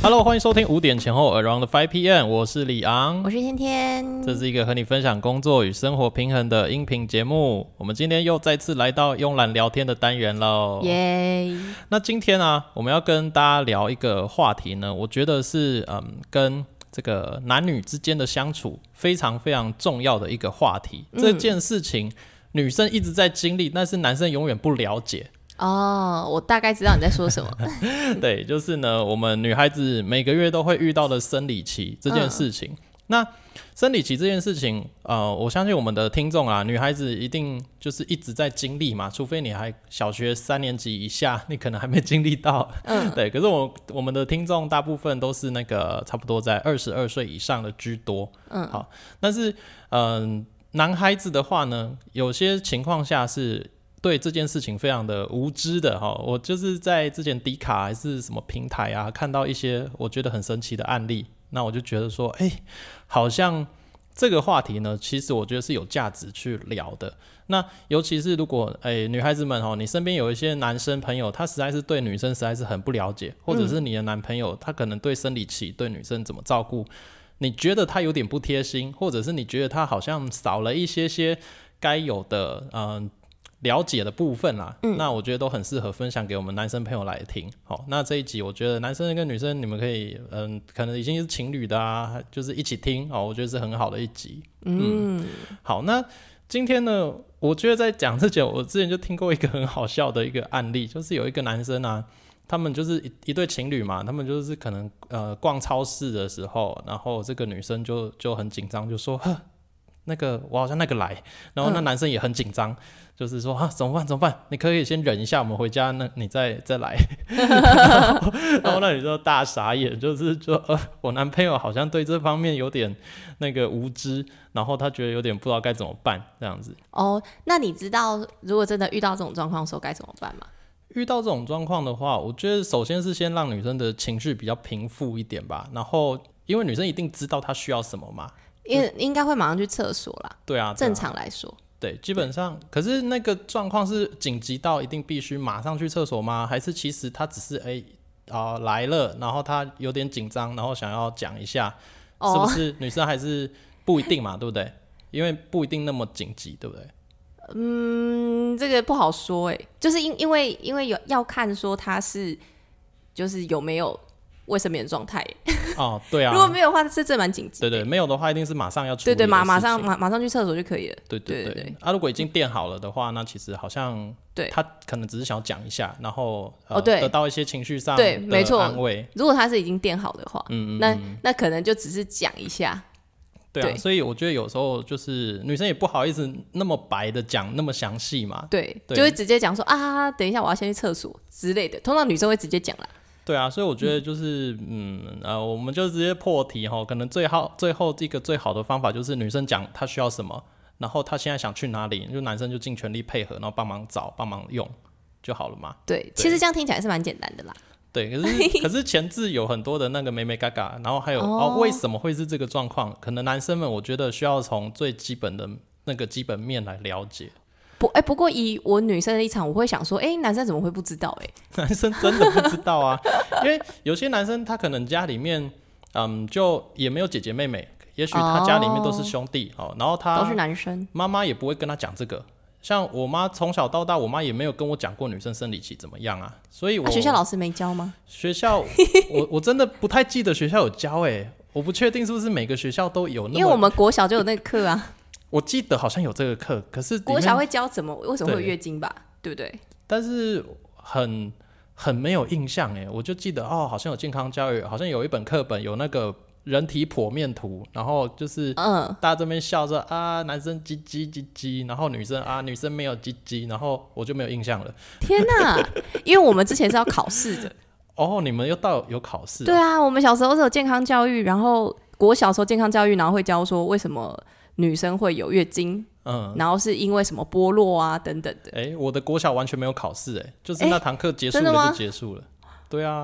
Hello， 欢迎收听5点前后 Around 5 PM， 我是李昂， 我是天天。 这是一个和你分享工作与生活平衡的音频节目。我们今天又再次来到慵懒聊天的单元喽， 耶！ 那今天啊，我们要跟大家聊一个话题呢，我觉得是跟这个男女之间的相处非常非常重要的一个话题。这件事情女生一直在经历，但是男生永远不了解。 哦，我大概知道你在说什么。 对，就是呢，我们女孩子每个月都会遇到的生理期这件事情。那生理期这件事情，我相信我们的听众啊，女孩子一定就是一直在经历嘛，除非你还小学3年级以下，你可能还没经历到。对。可是我们的听众大部分都是那个差不多在22岁以上的居多。好，但是男孩子的话呢，有些情况下是对这件事情非常的无知的。我就是在之前迪卡还是什么平台啊，看到一些我觉得很神奇的案例，那我就觉得说好像这个话题呢，其实我觉得是有价值去聊的。那尤其是如果女孩子们你身边有一些男生朋友，他实在是对女生实在是很不了解，或者是你的男朋友他可能对生理期对女生怎么照顾，你觉得他有点不贴心，或者是你觉得他好像少了一些该有的了解的部分啦，那我觉得都很适合分享给我们男生朋友来听。好，那这一集我觉得男生跟女生你们可以可能已经是情侣的啊，就是一起听我觉得是很好的一集。好，那今天呢，我觉得在讲之前，我之前就听过一个很好笑的一个案例，就是有一个男生啊，他们就是一对情侣嘛，他们就是可能逛超市的时候，然后这个女生就很紧张，就说那个我好像那个来，然后那男生也很紧张，就是说怎么办？你可以先忍一下，我们回家你再来。然后那女生大傻眼，就是说我男朋友好像对这方面有点那个无知，然后他觉得有点不知道该怎么办这样子。 那你知道如果真的遇到这种状况的时候该怎么办吗？ 遇到这种状况的话，我觉得首先是先让女生的情绪比较平复一点吧，然后因为女生一定知道她需要什么嘛， 应该会马上去厕所啦。 对啊， 正常来说。 对，基本上，可是那个状况是紧急到一定必须马上去厕所吗？还是其实他只是来了，然后他有点紧张，然后想要讲一下，是不是女生还是不一定嘛，对不对？因为不一定那么紧急，对不对？ 这个不好说就是因为要看说他是就是有没有卫生棉状态。 对啊， 如果没有的话是真蛮紧急的。 对，没有的话一定是马上要处理的事情。 对，马上去厕所就可以了。 对。如果已经垫好了的话，那其实好像他可能只是想要讲一下，然后得到一些情绪上的安慰。对，没错。 如果他是已经垫好的话，那可能就只是讲一下。 对啊，所以我觉得有时候就是女生也不好意思那么白的讲那么详细嘛。 对，就会直接讲说等一下我要先去厕所之类的，通常女生会直接讲啦。 对啊，所以我觉得就是我们就直接破题可能最后一个最好的方法就是女生讲她需要什么，然后她现在想去哪里，就男生就尽全力配合，然后帮忙找帮忙用就好了嘛。 对，其实这样听起来是蛮简单的啦。 对，可是前置有很多的那个眉眉嘎嘎，然后还有为什么会是这个状况，可能男生们我觉得需要从最基本的那个基本面来了解。 不过以我女生的立场，我会想说男生怎么会不知道男生真的不知道啊。因为有些男生他可能家里面就也没有姐姐妹妹，也许他家里面都是兄弟然后他都是男生， 妈妈也不会跟他讲这个。像我妈从小到大，我妈也没有跟我讲过女生生理期怎么样啊，所以学校老师没教吗？ 学校我真的不太记得学校有教我不确定是不是每个学校都有那么， 因为我们国小就有那个课啊。 我记得好像有这个课，可是国小会教为什么会有月经吧，对不对？但是很没有印象我就记得好像有健康教育，好像有一本课本有那个人体剖面图，然后就是大家这边笑着男生鸡鸡鸡鸡，然后女生没有鸡鸡，然后我就没有印象了。 天哪！因为我们之前是要考试的。 你们又有考试？ 对啊，我们小时候是有健康教育，然后国小时候健康教育，然后会教说为什么女生会有月经，然后是因为什么剥落啊等等的。 我的国小完全没有考试就是那堂课结束了就结束了。对啊，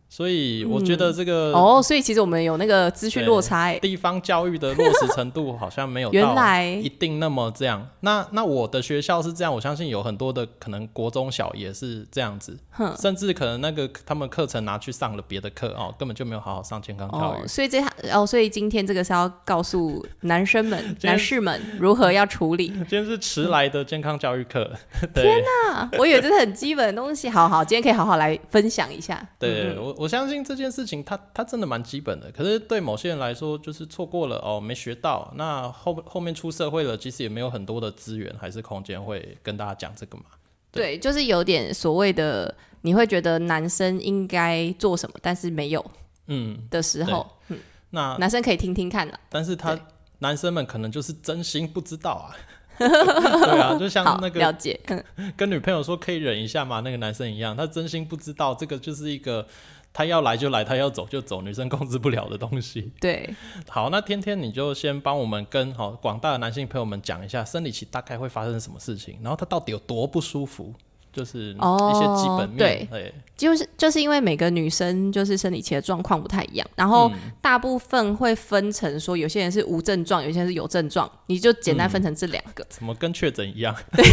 所以我觉得这个所以其实我们有那个资讯落差地方教育的落实程度好像没有到一定那么这样。那我的学校是这样，我相信有很多的可能国中小也是这样子，甚至可能那个他们课程拿去上了别的课根本就没有好好上健康教育。 所以今天这个是要告诉男生们、男士们如何要处理。 今天是迟来的健康教育课。 天哪，我以为这是很基本的东西。好，今天可以好好来分享一下。 对，我相信这件事情它真的蛮基本的，可是对某些人来说就是错过了没学到，那后面出社会了，其实也没有很多的资源还是空间会跟大家讲这个嘛。 对，就是有点所谓的你会觉得男生应该做什么但是没有的时候，那男生可以听听看啦， 但是男生们可能就是真心不知道啊。对啊，就像那个了解跟女朋友说可以忍一下嘛，那个男生一样，他真心不知道这个就是一个他要来就来，他要走就走，女生控制不了的东西。 对， 好，那天天你就先帮我们跟广大的男性朋友们讲一下生理期大概会发生什么事情，然后他到底有多不舒服，就是一些基本面。 对，就是因为每个女生就是生理期的状况不太一样，然后大部分会分成说有些人是无症状，有些人是有症状，你就简单分成这两个。 怎么跟确诊一样？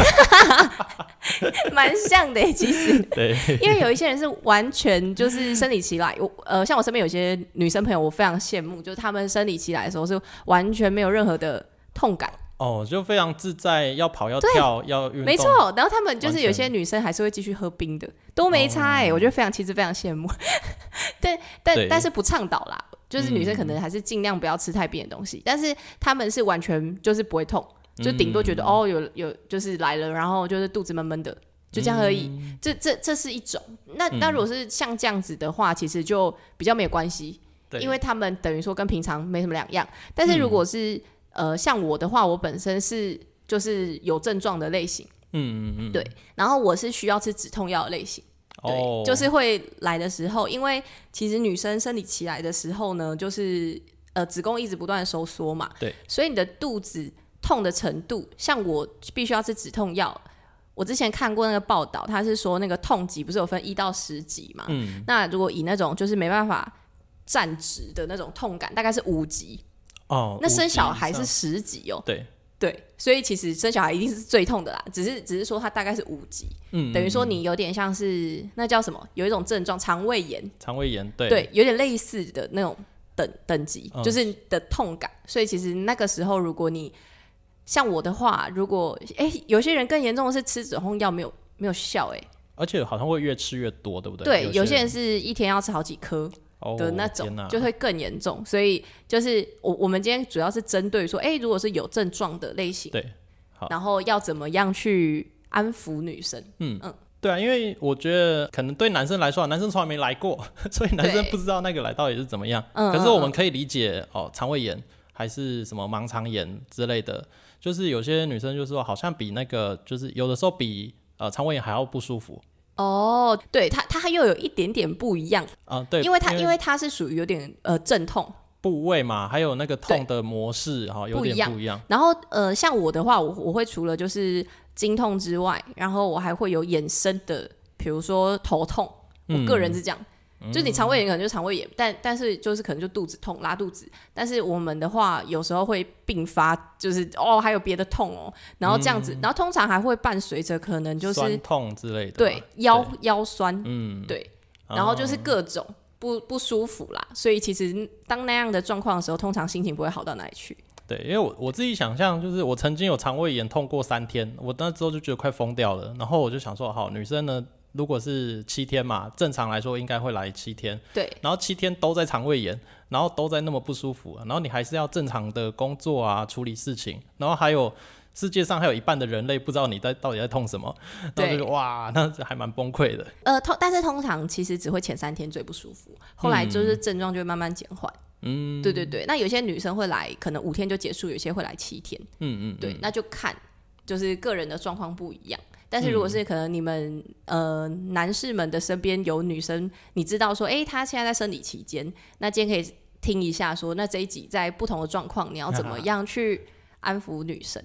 蛮像的耶其实。 对， 因为有一些人是完全就是生理期来，像我身边有些女生朋友，我非常羡慕，就是她们生理期来的时候是完全没有任何的痛感。 就非常自在，要跑要跳要运动， 没错。然后他们就是有些女生还是会继续喝冰的，都没差我觉得其实非常羡慕。但是不倡导啦，就是女生可能还是尽量不要吃太冰的东西，但是他们是完全就是不会痛，就顶多觉得有就是来了，然后就是肚子闷闷的，就这样而已。这是一种。那如果是像这样子的话，其实就比较没有关系，因为他们等于说跟平常没什么两样。但是如果是像我的话，我本身是就是有症状的类型，对，然后我是需要吃止痛药的类型，对，就是会来的时候，因为其实女生生理期来的时候呢，就是子宫一直不断的收缩嘛， 对， 所以你的肚子痛的程度，像我必须要吃止痛药。我之前看过那个报道，他是说那个痛级不是有分1到10级嘛，那如果以那种就是没办法站直的那种痛感，大概是5级。那生小孩是10级对，所以其实生小孩一定是最痛的啦，只是说它大概是5级，等于说你有点像是那叫什么，有一种症状肠胃炎，对，有点类似的那种等级，就是的痛感。所以其实那个时候如果你像我的话，如果有些人更严重的是吃止痛药没有效而且好像会越吃越多，对不对？ 对，有些人是一天要吃好几颗的那种，就会更严重。所以就是我们今天主要是针对说如果是有症状的类型， 对，好， 然后要怎么样去安抚女生。 对啊，因为我觉得可能对男生来说，男生从来没来过，所以男生不知道那个来到底是怎么样。可是我们可以理解肠胃炎还是什么盲肠炎之类的，就是有些女生就说好像比那个就是有的时候比肠胃炎还要不舒服。 对，它又有一点点不一样对， 因为它是属于有点阵痛部位嘛，还有那个痛的模式有点不一样。 然后像我的话，我会除了就是经痛之外，然后我还会有衍生的，比如说头痛，我个人是这样。就你肠胃炎可能就是肠胃炎，但是就是可能就肚子痛拉肚子，但是我们的话有时候会并发，就是还有别的痛然后这样子，然后通常还会伴随着可能就是酸痛之类的， 对，腰酸，对，然后就是各种不舒服啦。所以其实当那样的状况的时候，通常心情不会好到哪里去。 对，因为我自己想象就是我曾经有肠胃炎痛过3天，我那之后就觉得快疯掉了，然后我就想说好，女生呢如果是7天嘛，正常来说应该会来7天，对，然后7天都在肠胃炎，然后都在那么不舒服，然后你还是要正常的工作啊，处理事情，然后还有世界上还有一半的人类不知道你到底在痛什么，然后就哇，那还蛮崩溃的。 但是通常其实只会前3天最不舒服，后来就是症状就会慢慢减缓。对对对，那有些女生会来可能5天就结束，有些会来7天。对，那就看就是个人的状况不一样。但是如果是可能你们男士们的身边有女生，你知道说她现在在生理期间，那今天可以听一下说那这一集在不同的状况你要怎么样去安抚女生这样。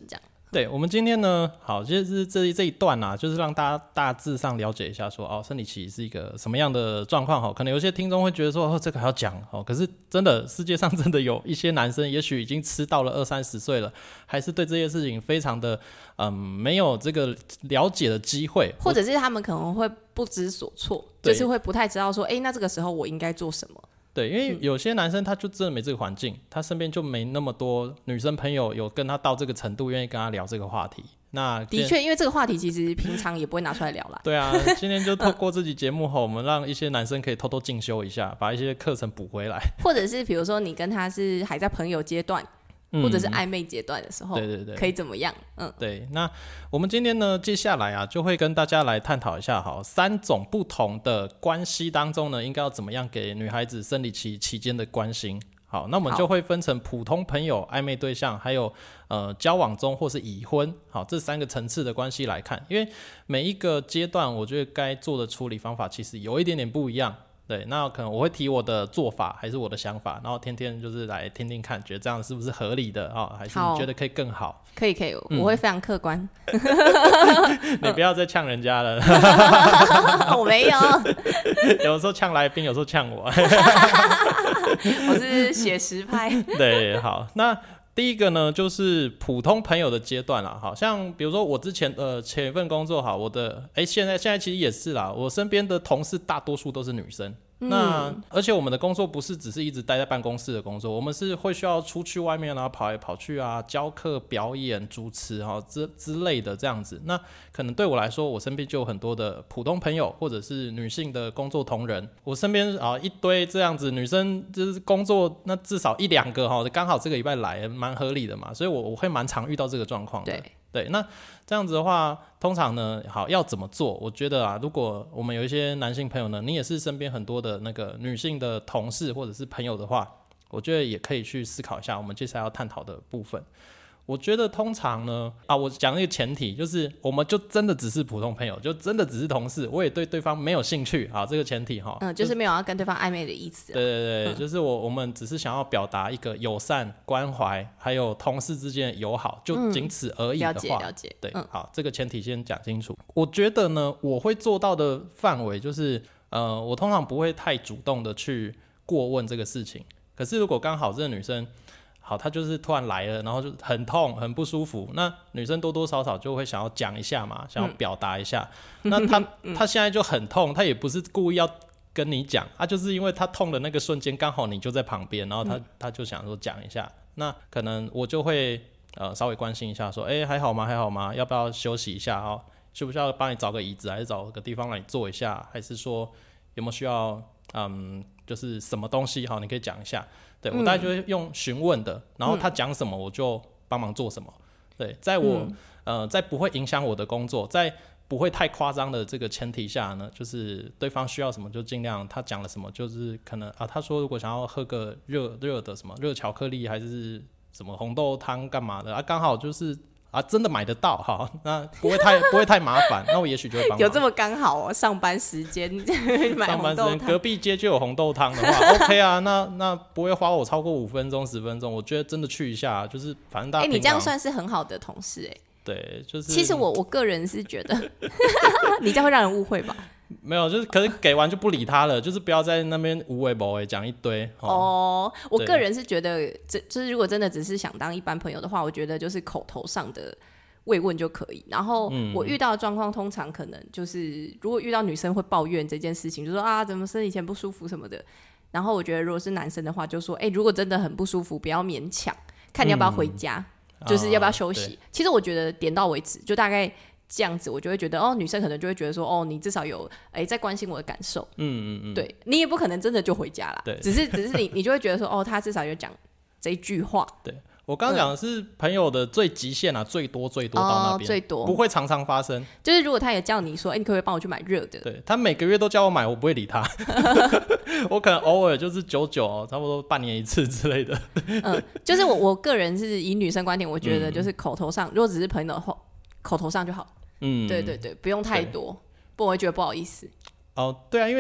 对，我们今天呢，好，就是这一段啊，就是让大家大致上了解一下说，生理期是一个什么样的状况。可能有些听众会觉得说，这个还要讲可是真的世界上真的有一些男生，也许已经吃到了20-30岁了，还是对这些事情非常的没有这个了解的机会， 或者是他们可能会不知所措，就是会不太知道说，那这个时候我应该做什么。 对，因为有些男生他就真的没这个环境，他身边就没那么多女生朋友有跟他到这个程度愿意跟他聊这个话题。那的确，因为这个话题其实平常也不会拿出来聊啦。 对啊，今天就透过这集节目后，我们让一些男生可以偷偷进修一下，把一些课程补回来。 或者是比如说你跟他是还在朋友阶段，或者是暧昧阶段的时候，对，可以怎么样？ 对。那我们今天呢，接下来啊，就会跟大家来探讨一下3种不同的关系当中呢，应该要怎么样给女孩子生理期期间的关心。好，那我们就会分成普通朋友、暧昧对象，还有交往中或是已婚，好，这3个层次的关系来看。因为每一个阶段，我觉得该做的处理方法其实有一点点不一样。对，那可能我会提我的做法还是我的想法，然后天天就是来听听看，觉得这样是不是合理的还是你觉得可以更好？ 可以，我会非常客观。 你不要再呛人家了。 我没有。 有时候呛来宾，有时候呛我。 我是写实派。 对，好，那第一个呢，就是普通朋友的阶段啦。好像比如说我之前前一份工作，我的现在其实也是啦，我身边的同事大多数都是女生。那而且我们的工作不是只是一直待在办公室的工作，我们是会需要出去外面啊，跑来跑去啊，教课、表演、主持之类的这样子。那可能对我来说，我身边就有很多的普通朋友或者是女性的工作同仁，我身边一堆这样子女生，就是工作那至少1-2个刚好这个礼拜来，蛮合理的嘛，所以我会蛮常遇到这个状况的。对，那这样子的话，通常呢，好要怎么做？我觉得如果我们有一些男性朋友呢，你也是身边很多的那个女性的同事或者是朋友的话，我觉得也可以去思考一下我们接下来要探讨的部分。我觉得通常呢，我讲一个前提，就是我们就真的只是普通朋友，就真的只是同事，我也对对方没有兴趣，这个前提就是没有要跟对方暧昧的意思。 对，就是我们只是想要表达一个友善、关怀，还有同事之间的友好，就仅此而已的话， 了解。 对，好，这个前提先讲清楚。我觉得呢，我会做到的范围就是，我通常不会太主动的去过问这个事情。可是如果刚好这个女生，好，她就是突然来了，然后就很痛很不舒服，那女生多多少少就会想要讲一下嘛，想要表达一下。那她现在就很痛，她也不是故意要跟你讲，就是因为她痛的那个瞬间刚好你就在旁边，然后她就想说讲一下。那可能我就会稍微关心一下说，还好吗？要不要休息一下需不需要帮你找个椅子，还是找个地方让你坐一下，还是说有没有需要就是什么东西你可以讲一下。对，我大概就会用询问的，然后他讲什么我就帮忙做什么。对，在我在不会影响我的工作，在不会太夸张的这个前提下呢，就是对方需要什么就尽量，他讲了什么就是可能他说如果想要喝个热的什么热巧克力还是什么红豆汤干嘛的刚好就是真的买得到那不会太麻烦，那我也许就会帮忙。 有这么刚好上班时间买红豆汤，上班时间隔壁街就有红豆汤的话OK 那不会花我超过5分钟10分钟，我觉得真的去一下，就是反正大家你这样算是很好的同事对，就是其实我个人是觉得你这样会让人误会吧。 没有，就是可是给完就不理他了，就是不要在那边无为不为讲一堆我个人是觉得就是如果真的只是想当一般朋友的话，我觉得就是口头上的慰问就可以。然后我遇到的状况通常可能就是如果遇到女生会抱怨这件事情，就说怎么生理前不舒服什么的，然后我觉得如果是男生的话就说如果真的很不舒服不要勉强，看你要不要回家就是要不要休息其实我觉得点到为止，就大概这样子，我就会觉得女生可能就会觉得说你至少有在关心我的感受。对，你也不可能真的就回家啦，只是你就会觉得说他至少有讲这一句话。 对，我刚刚讲的是朋友的最极限最多到那边， 最多不会常常发生。 就是如果他也叫你说你可不可以帮我去买热的， 对，他每个月都叫我买，我不会理他我可能偶尔就是久差不多半年一次之类的就是我个人是以女生观点，我觉得就是口头上如果只是朋友的话口头上就好。对，不用太多，不然我会觉得不好意思。 对啊，因为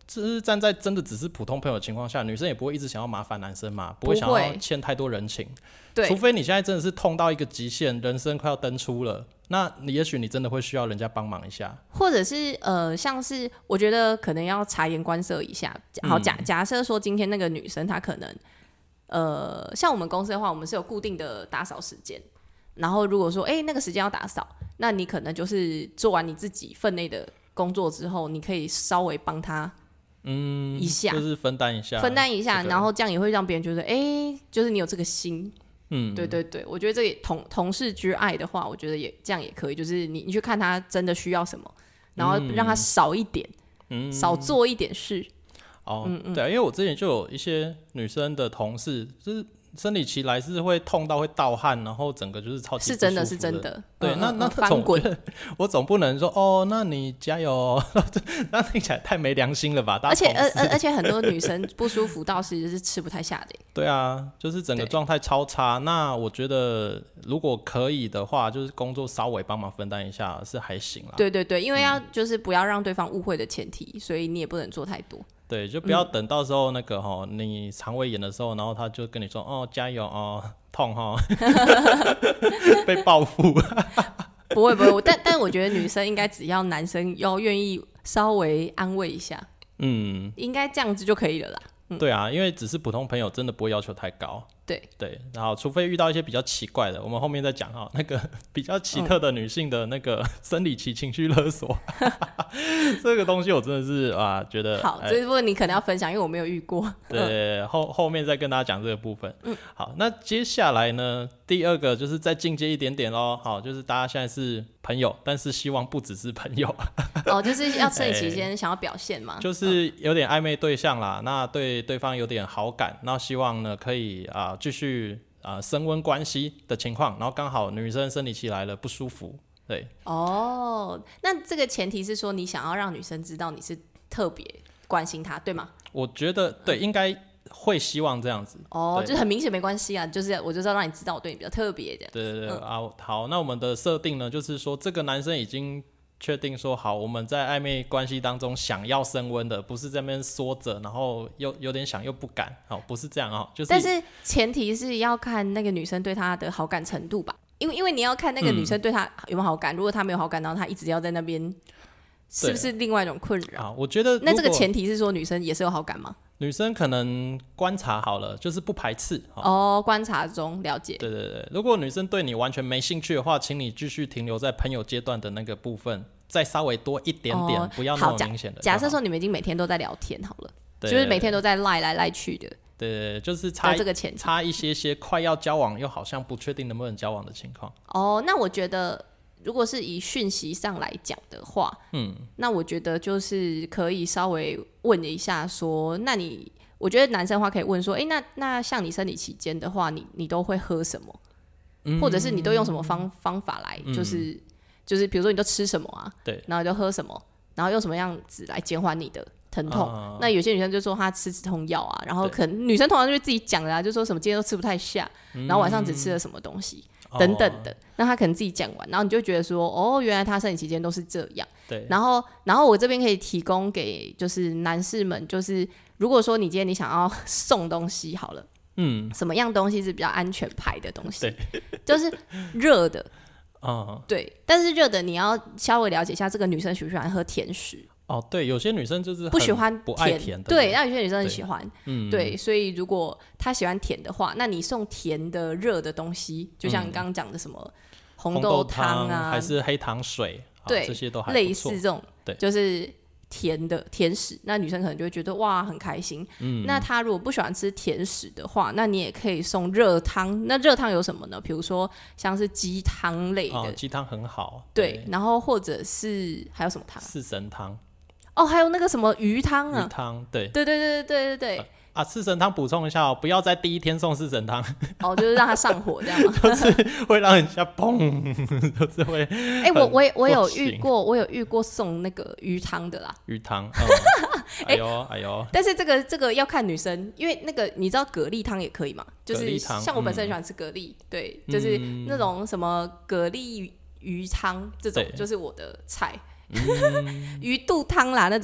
是站在真的只是普通朋友的情况下，女生也不会一直想要麻烦男生嘛，不会想要欠太多人情。对，除非你现在真的是痛到一个极限，人生快要登出了，那也许你真的会需要人家帮忙一下， 或者是像是我觉得可能要察言观色一下。好，假设说今天那个女生她可能像我们公司的话，我们是有固定的打扫时间，然后如果说那个时间要打扫，那你可能就是做完你自己分内的工作之后，你可以稍微帮她一下， 就是分担一下， 然后这样也会让别人觉得就是你有这个心。对对对，我觉得这也同事之爱的话，我觉得这样也可以，就是你去看他真的需要什么，然后让他少一点，少做一点事。 对啊，因为我之前就有一些女生的同事，就是生理期来是会痛到会盗汗，然后整个就是超级不舒服的。 是真的。 对，那翻滚，我总不能说那你加油那听起来太没良心了吧？ 而且很多女生不舒服到其实是吃不太下的。 对啊，就是整个状态超差。那我觉得如果可以的话，就是工作稍微帮忙分担一下是还行啦。 对对对，因为就是不要让对方误会的前提，所以你也不能做太多。 对，就不要等到时候那个你肠胃炎的时候，然后他就跟你说加油痛被报复。 不会，但我觉得女生应该只要男生要愿意稍微安慰一下，应该这样子就可以了啦。 对啊，因为只是普通朋友，真的不会要求太高。 对， 然后除非遇到一些比较奇怪的，我们后面再讲那个比较奇特的女性的那个生理期情绪勒索，这个东西我真的是觉得好，这部分你可能要分享，因为我没有遇过。 对，后面再跟大家讲这个部分。好，那接下来呢，第二个就是再进阶一点点咯。好，就是大家现在是朋友，但是希望不只是朋友。 就是要生理期间想要表现嘛， 就是有点暧昧对象啦，那对对方有点好感，那希望呢可以继续升温关系的情况，然后刚好女生生理期来了不舒服。对， 那这个前提是说你想要让女生知道你是特别关心她，对吗？ 我觉得对，应该会希望这样子。 就是很明显没关系啊，就是我就是要让你知道我对你比较特别的。 对好，那我们的设定呢，就是说这个男生已经确定说好，我们在暧昧关系当中想要升温的，不是在那边缩着，然后又有点想又不敢，不是这样就是。 但是前提是要看那个女生对他的好感程度吧，因为你要看那个女生对他有没有好感，如果他没有好感，然后他一直要在那边，是不是另外一种困扰？ 我觉得那这个前提是说女生也是有好感吗？ 女生可能观察好了，就是不排斥。 观察中了解。 对，如果女生对你完全没兴趣的话，请你继续停留在朋友阶段的那个部分，再稍微多一点点，不要那么明显的。 假设说你们已经每天都在聊天好了，就是每天都在赖来赖去的。 对，就是差这个前提， 差一些快要交往又好像不确定能不能交往的情况。 那我觉得如果是以讯息上来讲的话，那我觉得就是可以稍微问一下说，那我觉得男生的话可以问说，那像你生理期间的话，你都会喝什么？或者是你都用什么方法来，就是比如说你都吃什么啊？对，然后你就喝什么，然后用什么样子来减缓你的疼痛？那有些女生就说她吃止痛药啊，然后可能女生通常就会自己讲的就说什么今天都吃不太下，然后晚上只吃了什么东西。等等的，那他可能自己讲完，然后你就觉得说，原来他生理期间都是这样。对，然后我这边可以提供给就是男士们，就是如果说你今天你想要送东西好了，什么样东西是比较安全牌的东西？对，就是热的。对，但是热的你要稍微了解一下，这个女生喜不喜欢喝甜食？ 对，有些女生就是不喜欢不爱甜的， 对，那有些女生很喜欢，对，所以如果她喜欢甜的话，那你送甜的热的东西，就像你刚刚讲的什么红豆汤啊， 还是黑糖水， 对， 这些都还类似这种，对，就是甜的甜食，那女生可能就会觉得哇很开心。那她如果不喜欢吃甜食的话，那你也可以送热汤。那热汤有什么呢？比如说像是鸡汤类的， 鸡汤很好， 对，然后或者是还有什么汤？ 四神汤。 还有那个什么鱼汤啊， 鱼汤，对四神汤补充一下不要在第一天送四神汤就是让它上火这样吗？ 就是会让人家砰，就是会我有遇过送那个鱼汤的啦， 鱼汤哎呦但是这个要看女生，因为那个你知道蛤蜊汤也可以嘛，就是像我本身很喜欢吃蛤蜊，对，就是那种什么蛤蜊鱼汤这种就是我的菜。鱼肚汤啦那种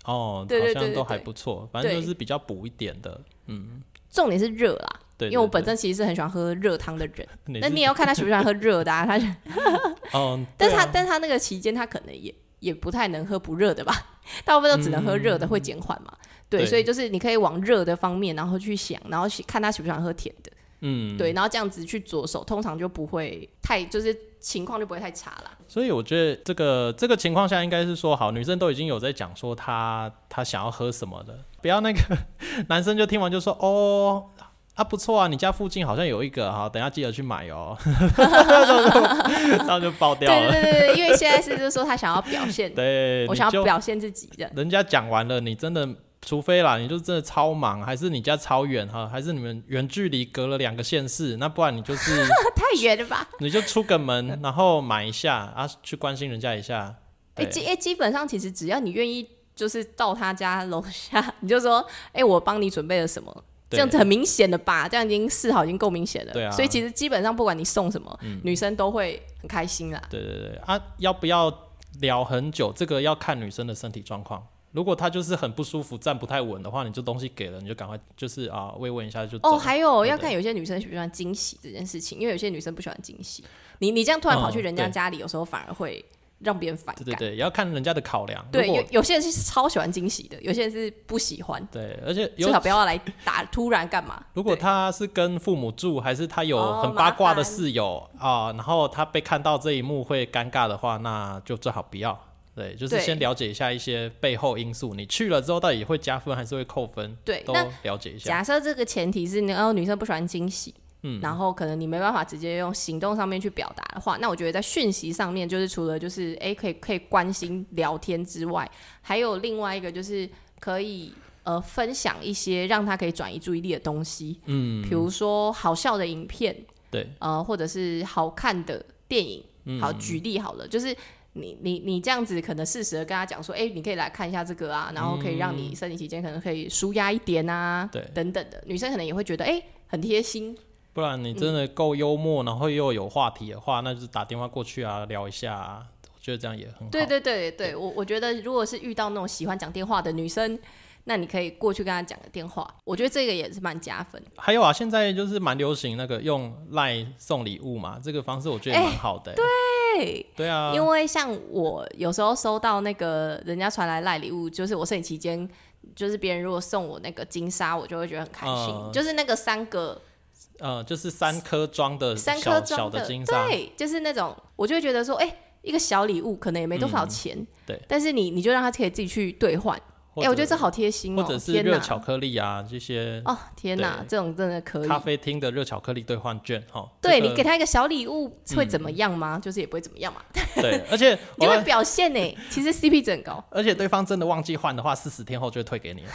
哦， 对对对对好像都还不错，反正就是比较补一点的。 重点是热啦。 对， 因为我本身其实是很喜欢喝热汤的人，那你也要看他喜不喜欢喝热的啊。他但是他那个期间他可能也不太能喝不热的吧，大部分都只能喝热的，会减缓嘛。对，所以就是你可以往热的方面然后去想，然后看他喜不喜欢喝甜的。对，然后这样子去着手，通常就不会太，就是情况就不会太差啦。 所以我觉得这个情况下应该是说，好，女生都已经有在讲说她想要喝什么的，不要那个男生就听完就说哦啊不错啊，你家附近好像有一个，好，等一下记得去买哦，然后就爆掉了。 对，因为现在是就是说他想要表现， 对， 我想要表现自己的。 人家讲完了，你真的。除非啦，你就真的超忙，还是你家超远哈，还是你们远距离隔了2个县市，那不然你就是太远了吧？ 你就出个门，然后买一下啊，去关心人家一下。 基本上其实只要你愿意，就是到他家楼下，你就说，我帮你准备了什么，这样子很明显的吧？这样已经示好，已经够明显了。 对啊， 所以其实基本上不管你送什么，女生都会很开心啦。 对啊，要不要聊很久？这个要看女生的身体状况。如果他就是很不舒服，站不太稳的话，你就东西给了，你就赶快就是慰问一下就走。 还有要看有些女生喜不喜欢惊喜这件事情，因为有些女生不喜欢惊喜。你这样突然跑去人家家里，有时候反而会让别人反感。 对，也要看人家的考量。 对，有些人是超喜欢惊喜的，有些人是不喜欢。 对，而且最好不要来突然干嘛。 如果他是跟父母住，还是他有很八卦的室友然后他被看到这一幕会尴尬的话，那就最好不要。对，就是先了解一下一些背后因素，你去了之后到底会加分还是会扣分， 对， 都了解一下。 假设这个前提是女生不喜欢惊喜，然后可能你没办法直接用行动上面去表达的话，那我觉得在讯息上面，就是除了就是可以关心聊天之外，还有另外一个就是可以分享一些让他可以转移注意力的东西，比如说好笑的影片， 对， 或者是好看的电影，好，举例好了，就是你这样子可能适时的跟他讲说，你可以来看一下这个啊，然后可以让你生理期间可能可以舒压一点啊，对，等等的，女生可能也会觉得很贴心。 不然你真的够幽默，然后又有话题的话，那就是打电话过去啊，聊一下啊，我觉得这样也很好。 对，我觉得如果是遇到那种喜欢讲电话的女生，那你可以过去跟她讲个电话，我觉得这个也是蛮加分。 还有啊，现在就是蛮流行那个用 LINE 送礼物嘛，这个方式我觉得也蛮好的。对啊， 因为像我有时候收到那个人家传来LINE礼物，就是我生理期间，就是别人如果送我那个金沙，我就会觉得很开心，就是那个3个。 就是3颗装的小的金沙， 对，就是那种，我就会觉得说，一个小礼物可能也没多少钱， 对， 但是你就让他可以自己去兑换，我觉得这好贴心或者是热巧克力啊这些，天哪，这种真的可以。咖啡厅的热巧克力兑换券， 对，你给他一个小礼物会怎么样吗？就是也不会怎么样嘛。 对，而且你会表现呢，其实 CP 值很高， 而且对方真的忘记换的话，40天后就会退给你。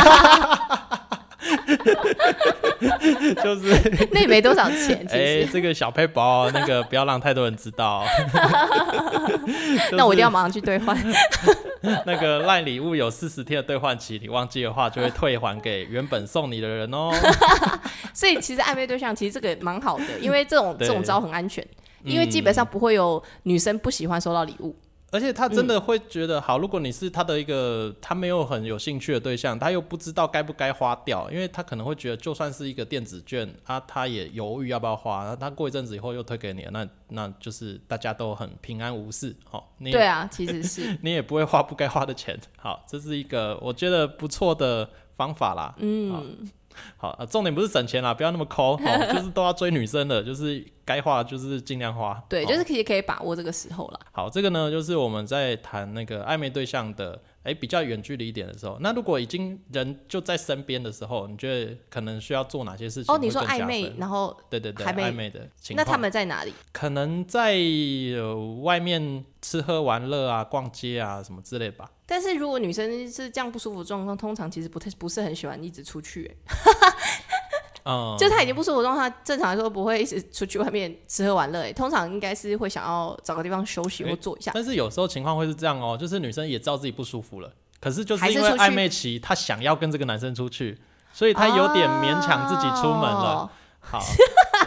就是那也没多少钱，其实这个小配包那个不要让太多人知道。 那我一定要马上去兑换。 那个LINE礼物有40天的兑换期，你忘记的话就会退还给原本送你的人哦。 所以其实暧昧对象其实这个蛮好的，因为这种招很安全，因为基本上不会有女生不喜欢收到礼物。 而且他真的会觉得好，如果你是他的一个他没有很有兴趣的对象，他又不知道该不该花掉，因为他可能会觉得就算是一个电子券他也犹豫要不要花，他过一阵子以后又退给你了，那就是大家都很平安无事。 对啊，其实是你也不会花不该花的钱。好，这是一个我觉得不错的方法啦。好，重点不是省钱啦，不要那么抠，就是都要追女生的，就是该花就是尽量花。 对，就是可以把握这个时候啦。 好，这个呢就是我们在谈那个暧昧对象的，比较远距离一点的时候，那如果已经人就在身边的时候，你觉得可能需要做哪些事情？ 你说暧昧，然后对，暧昧的情况， 那他们在哪里？ 可能在外面吃喝玩乐啊、逛街啊什么之类的吧。 但是如果女生是这样不舒服的状况，通常其实不是很喜欢一直出去。就她已经不舒服的状况，正常来说不会一直出去外面吃喝玩乐，通常应该是会想要找个地方休息或坐一下。 但是有时候情况会是这样就是女生也知道自己不舒服了，可是就是因为暧昧期，她想要跟这个男生出去，所以她有点勉强自己出门了。好，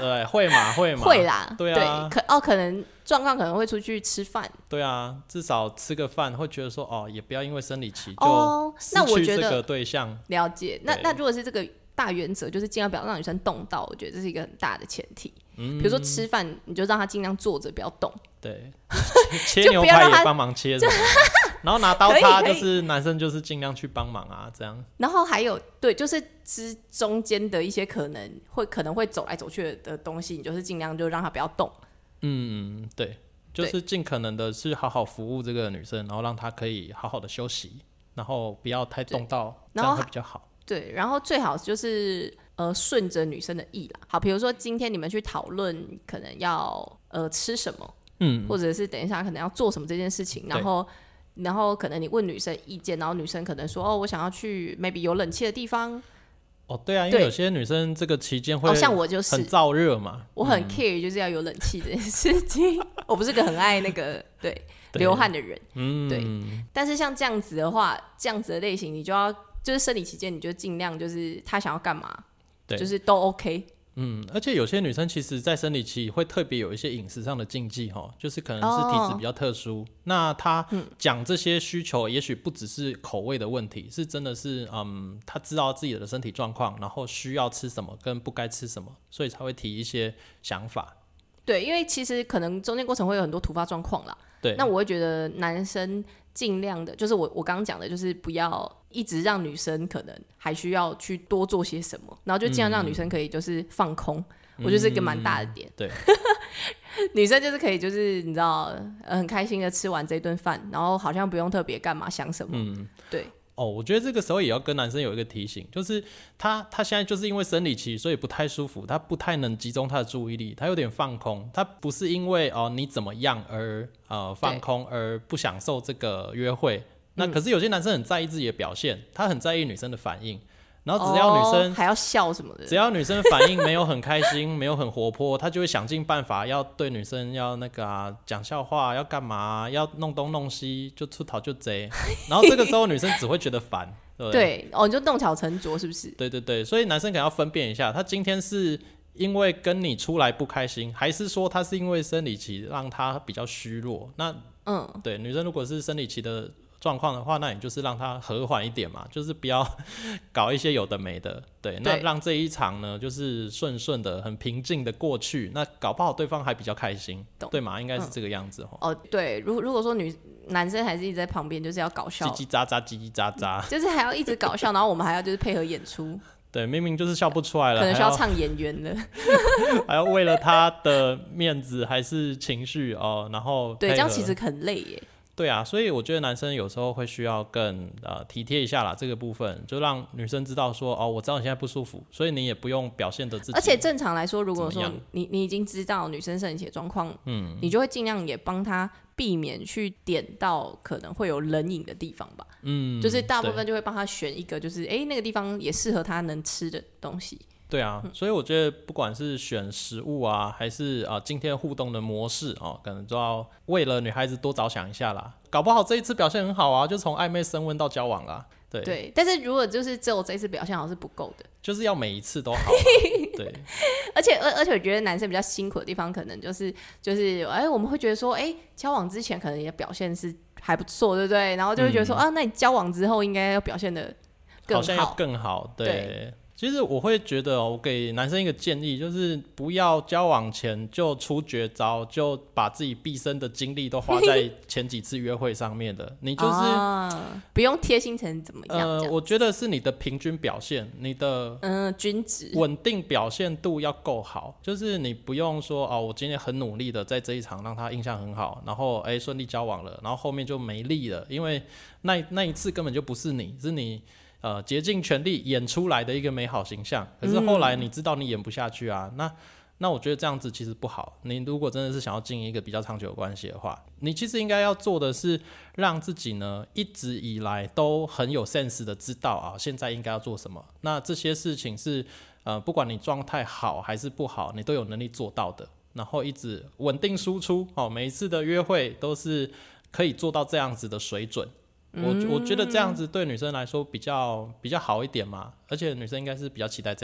对，会嘛， 会啦， 对啊， 可能状况可能会出去吃饭， 对啊，至少吃个饭会觉得说也不要因为生理期就失去这个对象。 了解，那如果是这个大原则，就是尽量不要让女生动到，我觉得这是一个很大的前提。比如说吃饭，你就让她尽量坐着，不要动。 对，切牛排也帮忙切什么然后拿刀叉，就是男生就是尽量去帮忙啊，这样。 然后还有对，就是之中间的一些可能会走来走去的东西，你就是尽量就让他不要动。 对，就是尽可能的是好好服务这个女生，然后让她可以好好的休息，然后不要太动到，这样会比较好。 对，然后最好就是顺着女生的意啦。好，比如说今天你们去讨论可能要吃什么，或者是等一下可能要做什么这件事情，然后可能你问女生意见，然后女生可能说我想要去 maybe 有冷气的地方。 对啊，因为有些女生这个期间会像我就是很燥热嘛， 我很 care 就是要有冷气这件事情。我不是个很爱那个流汗的人，对。但是像这样子的话，这样子的类型，你就要就是生理期间，你就尽量就是她想要干嘛，就是都 OK。 而且有些女生其实在生理期会特别有一些饮食上的禁忌就是可能是体质比较特殊，那她讲这些需求也许不只是口味的问题，是真的是她知道自己的身体状况，然后需要吃什么跟不该吃什么，所以才会提一些想法。 对，因为其实可能中间过程会有很多突发状况啦。对，那我会觉得男生尽量的，就是我刚刚讲的，就是不要一直让女生可能还需要去多做些什么，然后就尽量让女生可以就是放空。我觉得是一个蛮大的点。 对， 女生就是可以就是你知道很开心的吃完这顿饭，然后好像不用特别干嘛想什么。对。 我觉得这个时候也要跟男生有一个提醒，就是他现在就是因为生理期，所以不太舒服，他不太能集中他的注意力，他有点放空，他不是因为你怎么样而放空而不享受这个约会。那可是有些男生很在意自己的表现，他很在意女生的反应，然后只要女生还要笑什么的， 只要女生反应没有很开心没有很活泼，他就会想尽办法要对女生要那个讲笑话，要干嘛，要弄东弄西，就出逃就贼然后这个时候女生只会觉得烦对不对？ 对，你就弄巧成拙是不是？ 对对对，所以男生可能要分辨一下，他今天是因为跟你出来不开心，还是说他是因为生理期让他比较虚弱。那对，女生如果是生理期的状况的话，那你就是让他和缓一点嘛，就是不要搞一些有的没的。对，那让这一场呢就是顺顺的很平静的过去，那搞不好对方还比较开心，对嘛？应该是这个样子对，如果说男生还是一直在旁边就是要搞笑， 叽叽喳喳叽叽喳喳， 就是还要一直搞笑然后我们还要就是配合演出。 对，明明就是笑不出来了， 可能需要唱演员了还要为了他的面子还是情绪然后对，这样其实很累耶。 对啊，所以我觉得男生有时候会需要更体贴一下啦，这个部分就让女生知道说我知道你现在不舒服，所以你也不用表现得自己。 而且正常来说，如果说你已经知道女生生理期的状况，你就会尽量也帮她避免去点到可能会有冷饮的地方吧。就是大部分就会帮她选一个，就是那个地方也适合她能吃的东西。 对啊，所以我觉得不管是选食物啊，还是今天互动的模式可能都要为了女孩子多着想一下啦。搞不好这一次表现很好啊，就从暧昧升温到交往啦。对， 但是如果就是只有这一次表现好是不够的， 就是要每一次都好对， 而且我觉得男生比较辛苦的地方，可能就是我们会觉得说，交往之前可能你的表现是还不错，对不对？然后就会觉得说，那你交往之后应该要表现的更好， 好像要更好，对。其实我会觉得我给男生一个建议，就是不要交往前就出绝招，就把自己毕生的精力都花在前几次约会上面的。你就是不用贴心成怎么样我觉得是你的平均表现，你的均值稳定表现度要够好，就是你不用说我今天很努力的在这一场让他印象很好，然后顺利交往了，然后后面就没力了，因为那一次根本就不是你，是你竭尽全力演出来的一个美好形象，可是后来你知道你演不下去啊，那我觉得这样子其实不好。你如果真的是想要经营一个比较长久的关系的话，你其实应该要做的是让自己呢一直以来都很有 sense 的知道现在应该要做什么。那这些事情是不管你状态好还是不好，你都有能力做到的，然后一直稳定输出每一次的约会都是可以做到这样子的水准。我觉得这样子对女生来说比较好一点嘛，而且女生应该是比较期待这样嘛。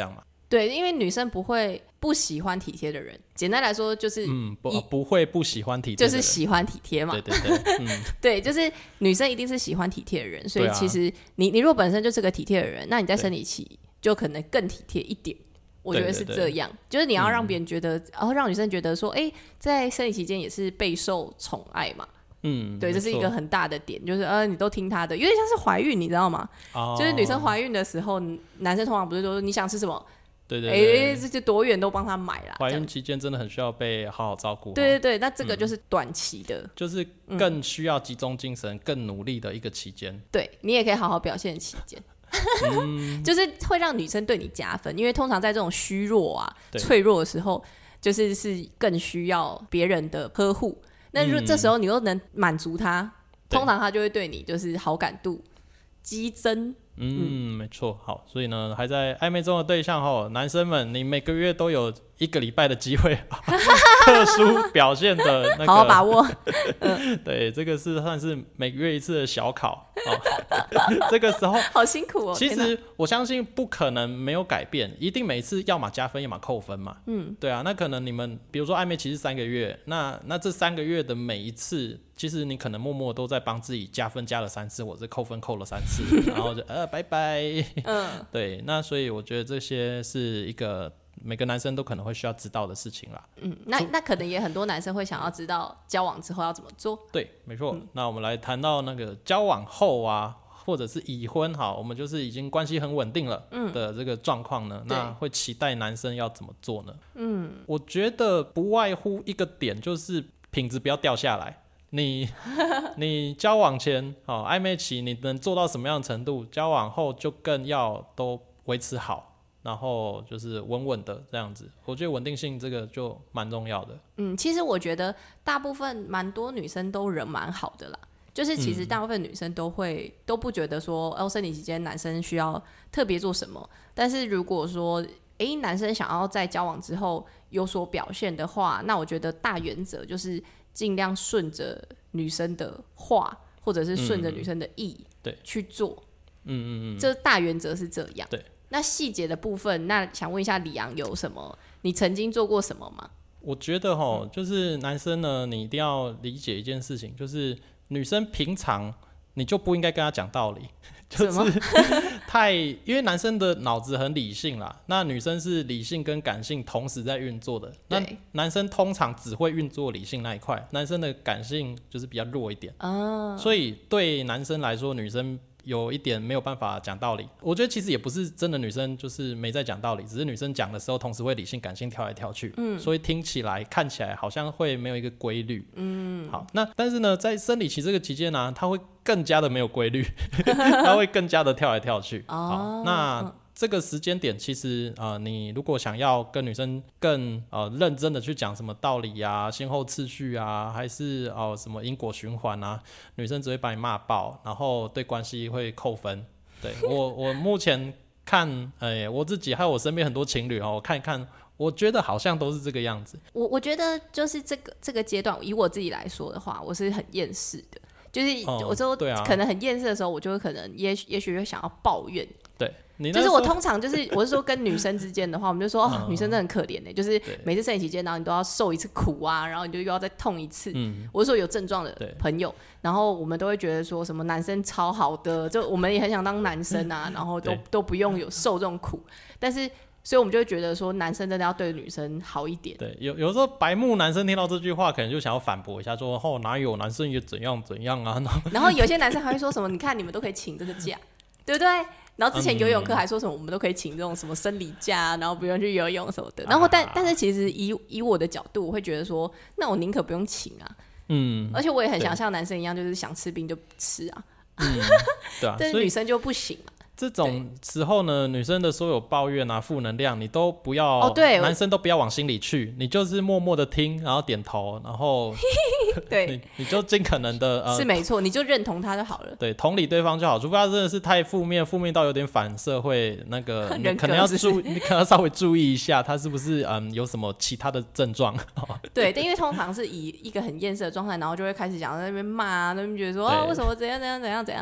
对，因为女生不喜欢体贴的人，简单来说就是不会不喜欢体贴的人， 就是喜欢体贴嘛。 对对对， 对，就是女生一定是喜欢体贴的人，所以其实你如果本身就是个体贴的人，那你在生理期就可能更体贴一点。我觉得是这样，就是你要让别人觉得，然后让女生觉得说，在生理期间也是备受宠爱嘛。对，这是一个很大的点，就是你都听她的，有点像是怀孕，你知道吗？就是女生怀孕的时候，男生通常不是说你想吃什么， 对对对， 这就多远都帮她买啦。 怀孕期间真的很需要被好好照顾。 对对对，那这个就是短期的， 就是更需要集中精神、更努力的一个期间。 对，你也可以好好表现的期间。就是会让女生对你加分，因为通常在这种虚弱啊、脆弱的时候，是更需要别人的呵护。那如果这时候你又能满足他，通常他就会对你就是好感度激增。 没错。好，所以呢，还在暧昧中的对象后，男生们，你每个月都有1个礼拜的机会特殊表现的那个， 好好把握。 对，这个算是每个月一次的小考。这个时候好辛苦哦。 其实我相信不可能没有改变，一定每一次要么加分，要么扣分嘛。对啊，那可能你们比如说暧昧期是3个月，那这3个月的每一次，其实你可能默默都在帮自己加分加了3次，或者扣分扣了3次，然后就拜拜。对，那所以我觉得这些是一个每个男生都可能会需要知道的事情啦。 那可能也很多男生会想要知道交往之后要怎么做。 对，没错。那我们来谈到那个交往后啊，或者是已婚，好，我们就是已经关系很稳定了的这个状况呢，那会期待男生要怎么做呢？我觉得不外乎一个点，就是品质不要掉下来。你交往前暧昧期你能做到什么样的程度，交往后就更要都维持好，然后就是稳稳的这样子。我觉得稳定性这个就蛮重要的。 其实我觉得大部分蛮多女生都人蛮好的啦，就是其实大部分女生都不觉得说生理期间男生需要特别做什么，但是如果说男生想要在交往之后有所表现的话，那我觉得大原则就是尽量顺着女生的话，或者是顺着女生的意去做。这大原则是这样。对，那细节的部分，那想问一下李昂有什么？你曾经做过什么吗？ 我觉得就是男生呢，你一定要理解一件事情，就是女生平常你就不应该跟她讲道理。就是因为男生的脑子很理性啦，那女生是理性跟感性同时在运作的。那男生通常只会运作理性那一块，男生的感性就是比较弱一点。所以对男生来说，女生有一点没有办法讲道理。我觉得其实也不是真的女生就是没在讲道理，只是女生讲的时候同时会理性感性跳来跳去，所以听起来看起来好像会没有一个规律。好，那但是呢，在生理期这个期间呢，它会更加的没有规律，它会更加的跳来跳去。好，那这个时间点其实你如果想要跟女生更认真的去讲什么道理啊、先后次序啊，还是什么因果循环啊，女生只会把你骂爆，然后对关系会扣分。对，我目前看我自己还有我身边很多情侣我看一看，我觉得好像都是这个样子。 我觉得就是这个阶段，以我自己来说的话，我是很厌世的。就是我说可能很厌世的时候，我就可能也许会想要抱怨。 对， 就是我通常就是我是说跟女生之间的话，我们就说女生真的很可怜就是每次生理期间，然后你都要受一次苦啊，然后你就又要再痛一次。我是说有症状的朋友，然后我们都会觉得说什么男生超好的，就我们也很想当男生啊，然后都不用有受这种苦，但是。所以我们就会觉得说，男生真的要对女生好一点。 对，有时候白目男生听到这句话，可能就想要反驳一下，说哪有男生也怎样怎样啊。 然后有些男生还会说什么，你看你们都可以请这个假，对不对？然后之前游泳课还说什么，我们都可以请这种什么生理假，然后不用去游泳什么的。然后但是其实以我的角度，我会觉得说，那我宁可不用请啊。而且我也很想像男生一样，就是想吃冰就吃啊。 对啊， 但是女生就不行嘛。 这种时候呢，女生的所有抱怨啊、负能量，你都不要，男生都不要往心里去，你就是默默的听，然后点头，然后对， 你就尽可能的是没错，你就认同他就好了。 对，同理对方就好，除非他真的是太负面到有点反社会，那个你可能要你可能要稍微注意一下，他是不是有什么其他的症状。 对，但因为通常是以一个很厌世的状态，然后就会开始讲在那边骂啊，那边觉得说为什么怎样怎样怎样怎样。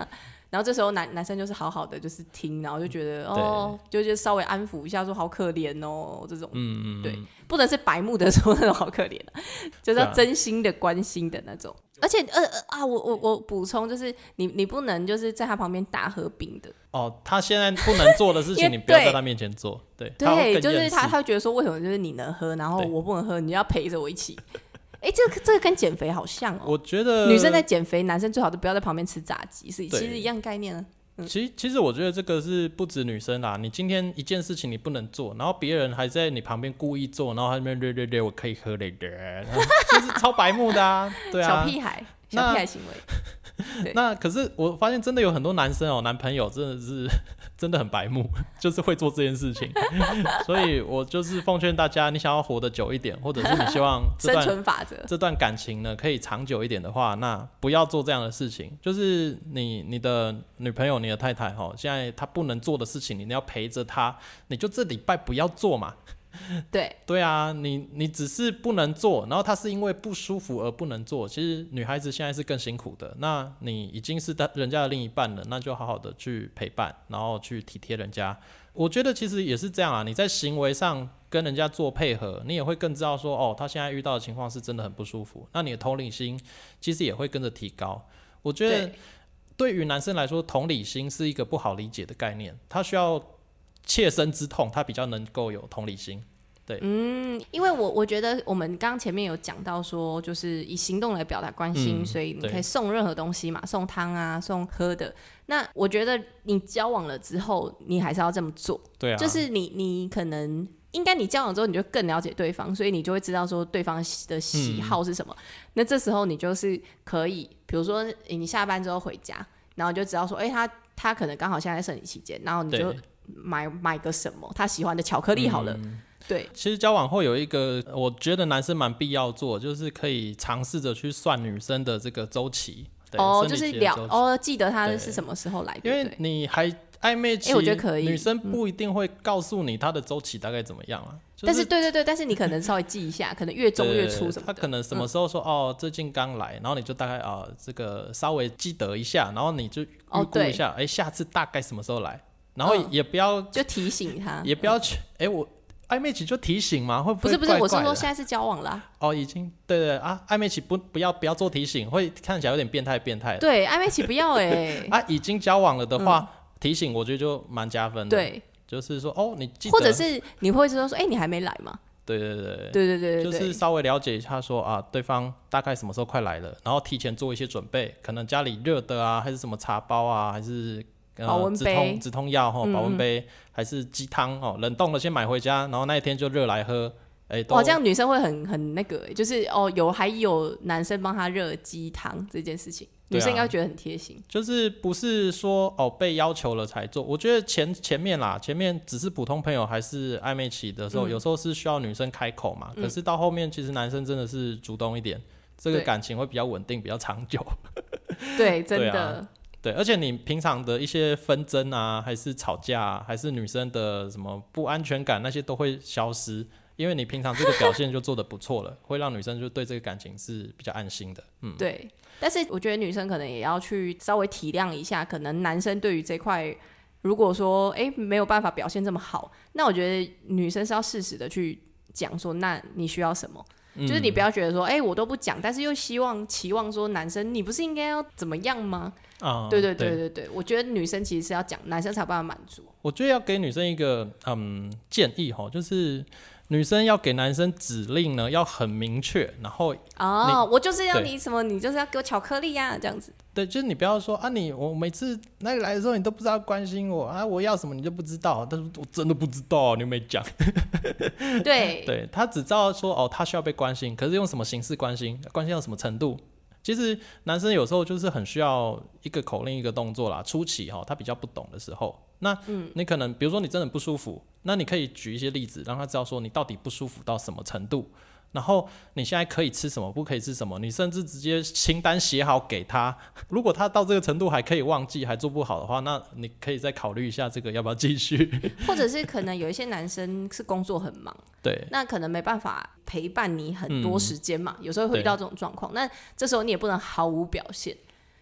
然后这时候男生就是好好的就是听，然后就觉得就稍微安抚一下说好可怜哦这种，对，不能是白目的说那种好可怜，就是要真心的关心的那种。而且我补充就是你不能就是在他旁边大喝冰的他现在不能做的事情你不要在他面前做，对， 就是他会觉得说为什么就是你能喝，然后我不能喝，你要陪着我一起。这个跟减肥好像我觉得女生在减肥，男生最好都不要在旁边吃炸鸡，其实一样概念啊。 其实我觉得这个是不止女生啦，你今天一件事情你不能做，然后别人还在你旁边故意做，然后他那边我可以喝的，就是超白目的啊，对啊， 小屁孩行为。 那可是我发现真的有很多男生男朋友真的很白目，就是会做这件事情。所以我就是奉劝大家，你想要活得久一点，或者是你希望生存法则这段感情呢可以长久一点的话，那不要做这样的事情。就是你的女朋友、你的太太现在她不能做的事情，你要陪着她，你就这礼拜不要做嘛。对啊，你只是不能做，然后他是因为不舒服而不能做。其实女孩子现在是更辛苦的，那你已经是人家的另一半了，那就好好的去陪伴，然后去体贴人家。我觉得其实也是这样啊，你在行为上跟人家做配合，你也会更知道说他现在遇到的情况是真的很不舒服，那你的同理心其实也会跟着提高。我觉得对于男生来说，同理心是一个不好理解的概念，他需要切身之痛，他比较能够有同理心。对， 因为我觉得我们刚刚前面有讲到说，就是以行动来表达关心，所以你可以送任何东西嘛，送汤啊，送喝的。那我觉得你交往了之后，你还是要这么做。对啊，就是你可能应该你交往之后，你就更了解对方，所以你就会知道说对方的喜好是什么。那这时候你就是可以，比如说你下班之后回家，然后就知道说，他可能刚好现在生理期间，然后你就买个什么他喜欢的巧克力好了。对， 其实交往后有一个我觉得男生蛮必要做，就是可以尝试着去算女生的这个周期。 就是记得他是什么时候来的， 因为你还暧昧期， 我觉得可以， 女生不一定会告诉你她的周期大概怎么样啊。 但是对，但是你可能稍微记一下，可能月中月初什么的， 他可能什么时候说最近刚来，然后你就大概这个稍微记得一下，然后你就预估一下，下次大概什么时候来，然后也不要就提醒他， 也不要去我暧昧期就提醒吗？会不会怪怪的？ 不是，我是说现在是交往啦。 已经对啊，暧昧期不要做提醒，会看起来有点变态。 对，暧昧期不要已经交往了的话，提醒我觉得就蛮加分的。 对， 就是说你记得， 或者是你会说你还没来吗？ 对，就是稍微了解一下说对方大概什么时候快来了，然后提前做一些准备，可能家里热的啊，还是什么茶包啊，还是保温杯、 止痛药保温杯，还是鸡汤冷冻的先买回家，然后那一天就热来喝。 这样女生会很那个就是还有男生帮她热鸡汤这件事情，女生应该觉得很贴心。 就是不是说被要求了才做，我觉得前面只是普通朋友还是暧昧期的时候，有时候是需要女生开口嘛，可是到后面其实男生真的是主动一点，这个感情会比较稳定，比较长久。 对，真的。 对，而且你平常的一些纷争啊，还是吵架啊，还是女生的什么不安全感，那些都会消失，因为你平常这个表现就做得不错了，会让女生就对这个感情是比较安心的。 对。但是我觉得女生可能也要去稍微体谅一下，可能男生对于这块，如果说没有办法表现这么好，那我觉得女生是要适时的去讲说，那你需要什么。就是你不要觉得说我都不讲，但是又期望说男生你不是应该要怎么样吗？对，我觉得女生其实是要讲，男生才有办法满足。 我觉得要给女生一个建议就是女生要给男生指令呢要很明确，然后我就是要你什么，你就是要给我巧克力啊，这样子。 对，就是你不要说我每次那里来的时候你都不知道关心我我要什么你就不知道，但是我真的不知道你又没讲。对，他只知道说他需要被关心，可是用什么形式关心到什么程度。其实男生有时候就是很需要一个口令一个动作啦，初期他比较不懂的时候，那你可能比如说你真的不舒服，那你可以举一些例子让他知道说你到底不舒服到什么程度，然后你现在可以吃什么不可以吃什么，你甚至直接清单写好给他，如果他到这个程度还可以忘记还做不好的话，那你可以再考虑一下这个要不要继续。 或者是可能有一些男生是工作很忙， 对， 那可能没办法陪伴你很多时间嘛，有时候会遇到这种状况，那这时候你也不能毫无表现，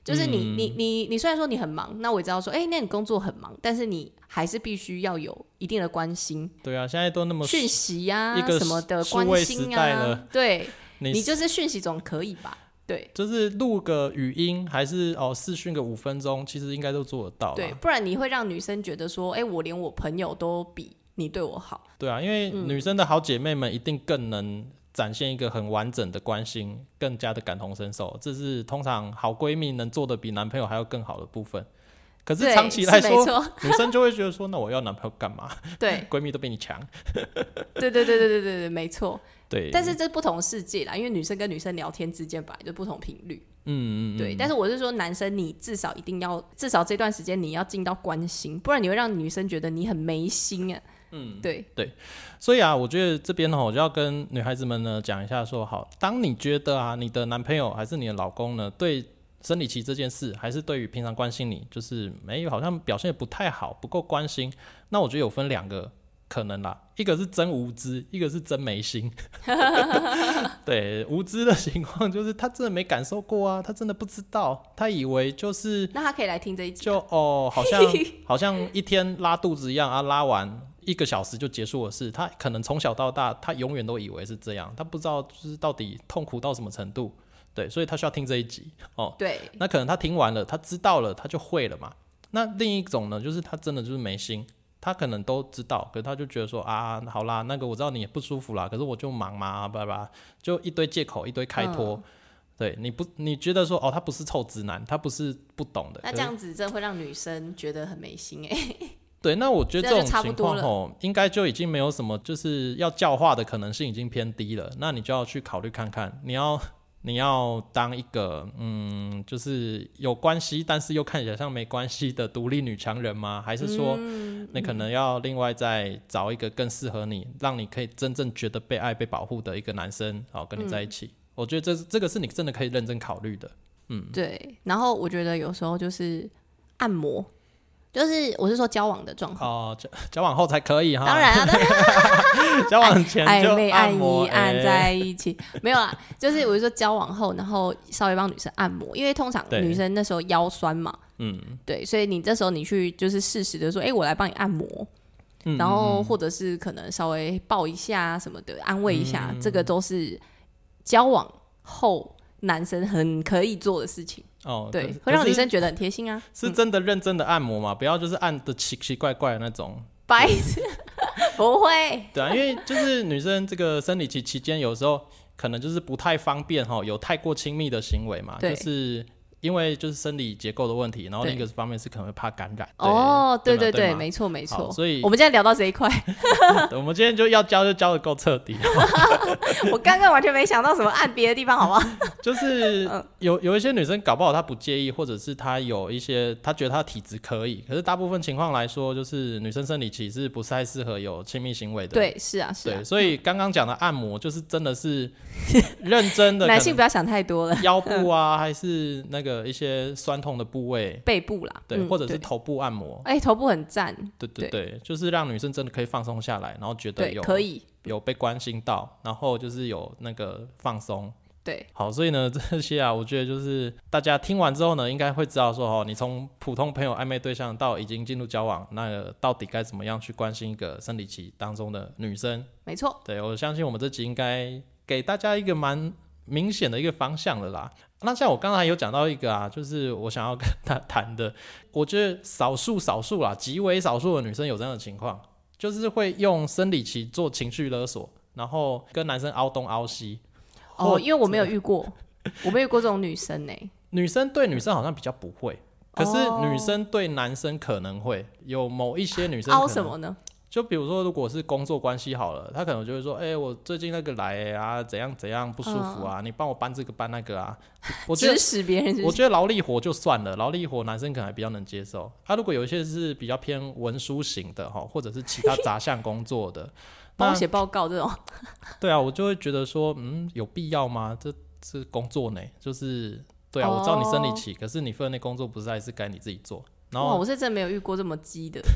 就是你虽然说你很忙，那我也知道说，那你工作很忙，但是你还是必须要有一定的关心。 对啊，现在都那么讯息啊一个什么的关心啊，对，你就是讯息总可以吧？对， 就是录个语音还是视讯个5分钟，其实应该都做得到啦。 对，不然你会让女生觉得说，我连我朋友都比你对我好。 对啊，因为女生的好姐妹们一定更能展现一个很完整的关心，更加的感同身受，这是通常好闺蜜能做的比男朋友还要更好的部分。可是长期来说，女生就会觉得说，那我要男朋友干嘛？ 对， 闺蜜都比你强。 对，没错。 对， 但是这是不同世界啦，因为女生跟女生聊天之间本来就不同频率。对。但是我是说，男生你至少这段时间你要尽到关心，不然你会让女生觉得你很没心啊。对， 所以啊，我觉得这边我就要跟女孩子们呢讲一下说，好，当你觉得啊，你的男朋友还是你的老公呢，对生理期这件事，还是对于平常关心你，就是好像表现得不太好，不够关心，那我觉得有分2个可能啦，一个是真无知，一个是真没心。对，无知的情况就是他真的没感受过啊，他真的不知道，他以为就是那他可以来听这一集， 就好像一天拉肚子一样啊，拉完1个小时就结束的事，他可能从小到大他永远都以为是这样，他不知道就是到底痛苦到什么程度。对，所以他需要听这一集对， 那可能他听完了，他知道了，他就会了嘛。那另一种呢，就是他真的就是没心，他可能都知道，可是他就觉得说啊，好啦，那个我知道你也不舒服啦，可是我就忙嘛，就一堆借口，一堆开脱。对，你觉得说他不是臭直男，他不是不懂的， 那这样子真会让女生觉得很没心对，那我觉得这种情况应该就已经没有什么就是要教化的可能性已经偏低了，那你就要去考虑看看，你要当一个就是有关系但是又看起来像没关系的独立女强人吗？还是说你可能要另外再找一个更适合你，让你可以真正觉得被爱被保护的一个男生跟你在一起？我觉得这个是你真的可以认真考虑的。 对。然后我觉得有时候就是按摩，就是我是说交往的状况交往后才可以哈。 当然啊， 交往前就暧昧按一按在一起，没有啦，就是我是说交往后，然后稍微帮女生按摩，因为通常女生那时候腰酸嘛，对，所以你这时候你去就是适时的说，我来帮你按摩，然后或者是可能稍微抱一下什么的，安慰一下，这个都是交往后男生很可以做的事情。对，会让女生觉得很贴心啊。 是真的认真的按摩嘛？不要就是按的奇奇怪怪的那种。 白痴，不会。 对啊，因为就是女生这个生理期期间，有时候可能就是不太方便有太过亲密的行为嘛，就是因为就是生理结构的问题，然后另一个方面是可能会怕感染。 对，没错。 所以我们现在聊到这一块， 我们今天就要教得够彻底。 我刚刚完全没想到什么按别的地方，好不好？ 就是有一些女生搞不好她不介意，或者是她有一些她觉得她体质可以，可是大部分情况来说，就是女生生理期是不太适合有亲密行为的。 对，是啊。 对，所以刚刚讲的按摩就是真的是认真的。 男性不要想太多了。 腰部啊，还是那个一些酸痛的部位， 背部啦， 对，或者是头部按摩。 头部很赞。 对，就是让女生真的可以放松下来，然后觉得有被关心到，然后就是有那个放松。 对， 好，所以呢，这些我觉得就是大家听完之后呢，应该会知道说你从普通朋友、暧昧对象到已经进入交往，那个到底该怎么样去关心一个生理期当中的女生。没错。对，我相信我们这集应该给大家一个蛮明显的一个方向了啦。那像我刚才有讲到一个就是我想要跟他谈的，我觉得少数啦，极为少数的女生有这样的情况，就是会用生理期做情绪勒索，然后跟男生凹东凹西。 因为我没有遇过，这种女生女生对女生好像比较不会，可是女生对男生可能会有某一些女生凹什么呢？ 就比如说，如果是工作关系好了，他可能就会说：“我最近那个来啊，怎样不舒服啊，你帮我搬这个搬那个啊。” 指使别人。 我觉得劳力活就算了，劳力活男生可能还比较能接受。如果有一些是比较偏文书型的或者是其他杂项工作的， 帮我写报告这种。 对啊，我就会觉得说，有必要吗？这是工作呢，就是对啊，我知道你生理期，可是你分内工作不是还是该你自己做。然后我是真没有遇过这么鸡的。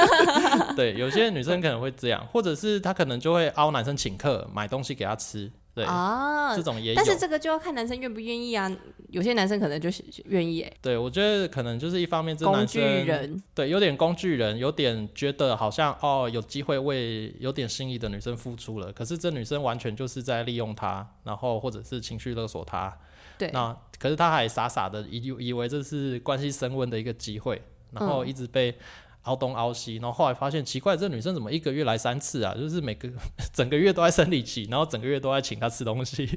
对，有些女生可能会这样，或者是她可能就会凹男生请客，买东西给他吃， 对啊，这种也有， 但是这个就要看男生愿不愿意啊。有些男生可能就是愿意对，我觉得可能就是一方面这男生工具人， 对，有点工具人，有点觉得好像有机会为有点心仪的女生付出了，可是这女生完全就是在利用他，然后或者是情绪勒索他。 对， 那可是他还傻傻的以为这是关系升温的一个机会，然后一直被凹东凹西，然后后来发现奇怪，这女生怎么1个月来3次啊？就是整个月都在生理期，然后整个月都在请她吃东西。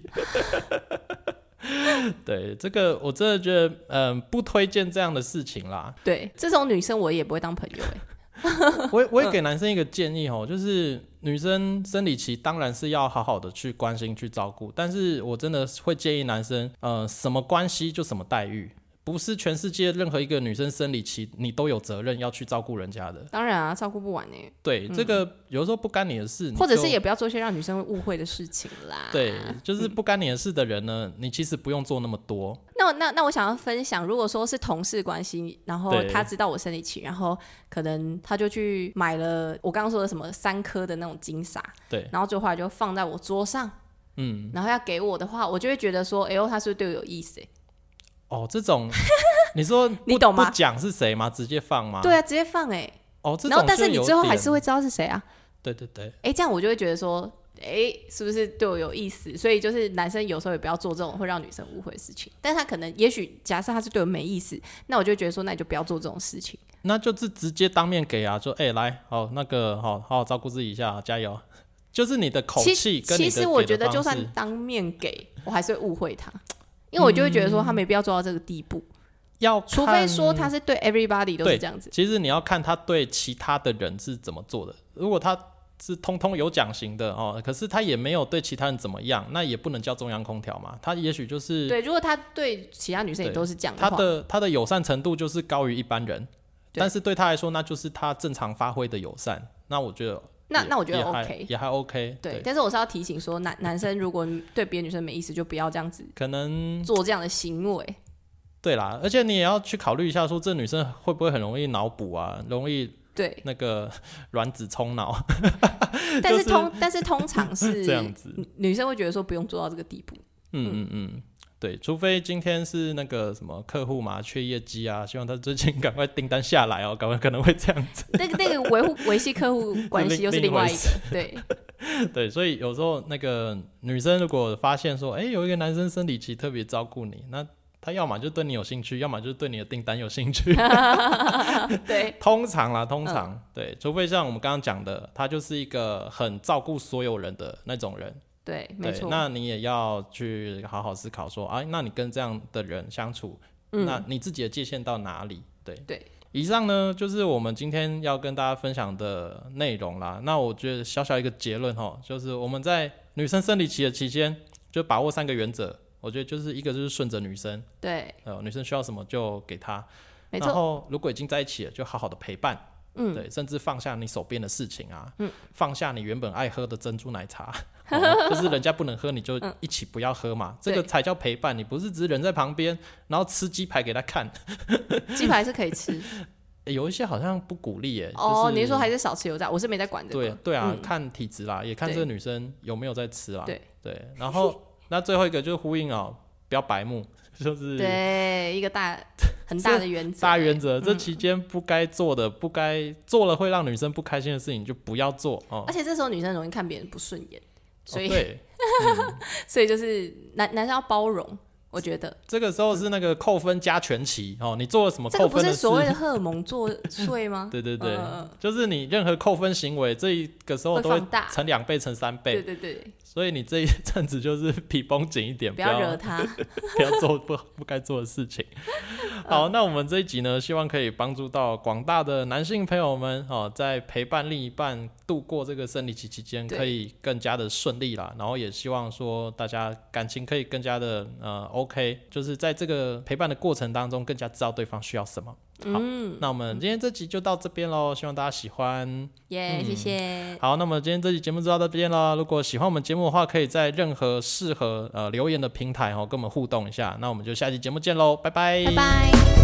对，这个我真的觉得，不推荐这样的事情啦。 对，这种女生我也不会当朋友我也给男生一个建议就是女生生理期当然是要好好的去关心去照顾，但是我真的会建议男生，什么关系就什么待遇。不是全世界任何一个女生生理期你都有责任要去照顾人家的。 当然啊，照顾不完耶。 对，这个有的时候不干你的事， 或者是也不要做一些让女生会误会的事情啦。 对，就是不干你的事的人呢，你其实不用做那么多。 那我想要分享，如果说是同事关系，然后他知道我生理期，然后可能他就去买了我刚刚说的什么3颗的那种金沙， 对， 然后就后来就放在我桌上，然后要给我的话，我就会觉得说，哎呦，他是不是对我有意思？ 这种你说你懂吗？ 不讲是谁吗？直接放吗？ 对啊，直接放这种然后但是你最后还是会知道是谁啊。 对对对， 这样我就会觉得说，是不是对我有意思？所以就是男生有时候也不要做这种会让女生误会的事情。但是他可能也许假设他是对我没意思，那我就觉得说，那你就不要做这种事情。 那就是直接当面给啊，就来那个好好照顾自己一下，加油。就是你的口气跟你的给的方式。其实我觉得就算当面给我还是会误会他。因为我就会觉得说他没必要做到这个地步，除非说他是对 everybody 都是这样子。 其实你要看他对其他的人是怎么做的。如果他是通通有奖型的可是他也没有对其他人怎么样，那也不能叫中央空调嘛。他也许就是对，如果他对其他女生也都是这样的话， 他的友善程度就是高于一般人，但是对他来说那就是他正常发挥的友善。那我觉得那我觉得 OK， 也还 OK。 对，但是我是要提醒说，男生如果对别的女生没意思，就不要这样子， 可能做这样的行为。 对啦，而且你也要去考虑一下，说这女生会不会很容易脑补啊，容易对那个卵子冲脑。 但是通常是这样子， 女生会觉得说不用做到这个地步。 对，除非今天是那个什么客户嘛，缺业绩啊，希望他最近赶快订单下来赶快可能会这样子。 那个维系客户关系又是另外一个。对对，所以有时候那个女生如果发现说，有一个男生生理期特别照顾你，那他要么就对你有兴趣，要么就是对你的订单有兴趣。 对， 通常对，除非像我们刚刚讲的，他就是一个很照顾所有人的那种人。 对，没错。 那你也要去好好思考说，那你跟这样的人相处，那你自己的界限到哪里？对。以上呢就是我们今天要跟大家分享的内容啦。那我觉得小一个结论就是我们在女生生理期的期间，就把握3个原则。我觉得就是一个就是顺着女生， 对， 女生需要什么就给她， 没错。 然后如果已经在一起了，就好好的陪伴。对，甚至放下你手边的事情啊，放下你原本爱喝的珍珠奶茶，就是人家不能喝，你就一起不要喝嘛，这个才叫陪伴。你不是只是人在旁边，然后吃鸡排给他看。 鸡排是可以吃， 有一些好像不鼓励耶。 你是说还是少吃油炸？我是没在管这个。 对啊，看体质啦，也看这个女生有没有在吃啦。 对， 然后那最后一个就是呼应不要白目，就是对一个很大的原则。 大原则，这期间不该做的，不该做了会让女生不开心的事情就不要做。 而且这时候女生容易看别人不顺眼，所以对， 所以就是男生要包容。我觉得这个时候是那个扣分加权期你做了什么扣分的事？ 这个不是所谓的荷尔蒙作祟吗？ 对，就是你任何扣分行为，这一个时候都会乘2倍、乘3倍。 对。 所以你这一阵子就是皮绷紧一点， 不要惹他， 不要做不该做的事情。好，那我们这一集呢，希望可以帮助到广大的男性朋友们在陪伴另一半度过这个生理期期间，可以更加的顺利啦。然后也希望说大家感情可以更加的OK， 就是在这个陪伴的过程当中，更加知道对方需要什么。好，那我们今天这集就到这边咯，希望大家喜欢。 谢谢。 好，那么今天这集节目就到这边咯。如果喜欢我们节目的话，可以在任何适合留言的平台跟我们互动一下。那我们就下期节目见咯，拜拜。 拜拜。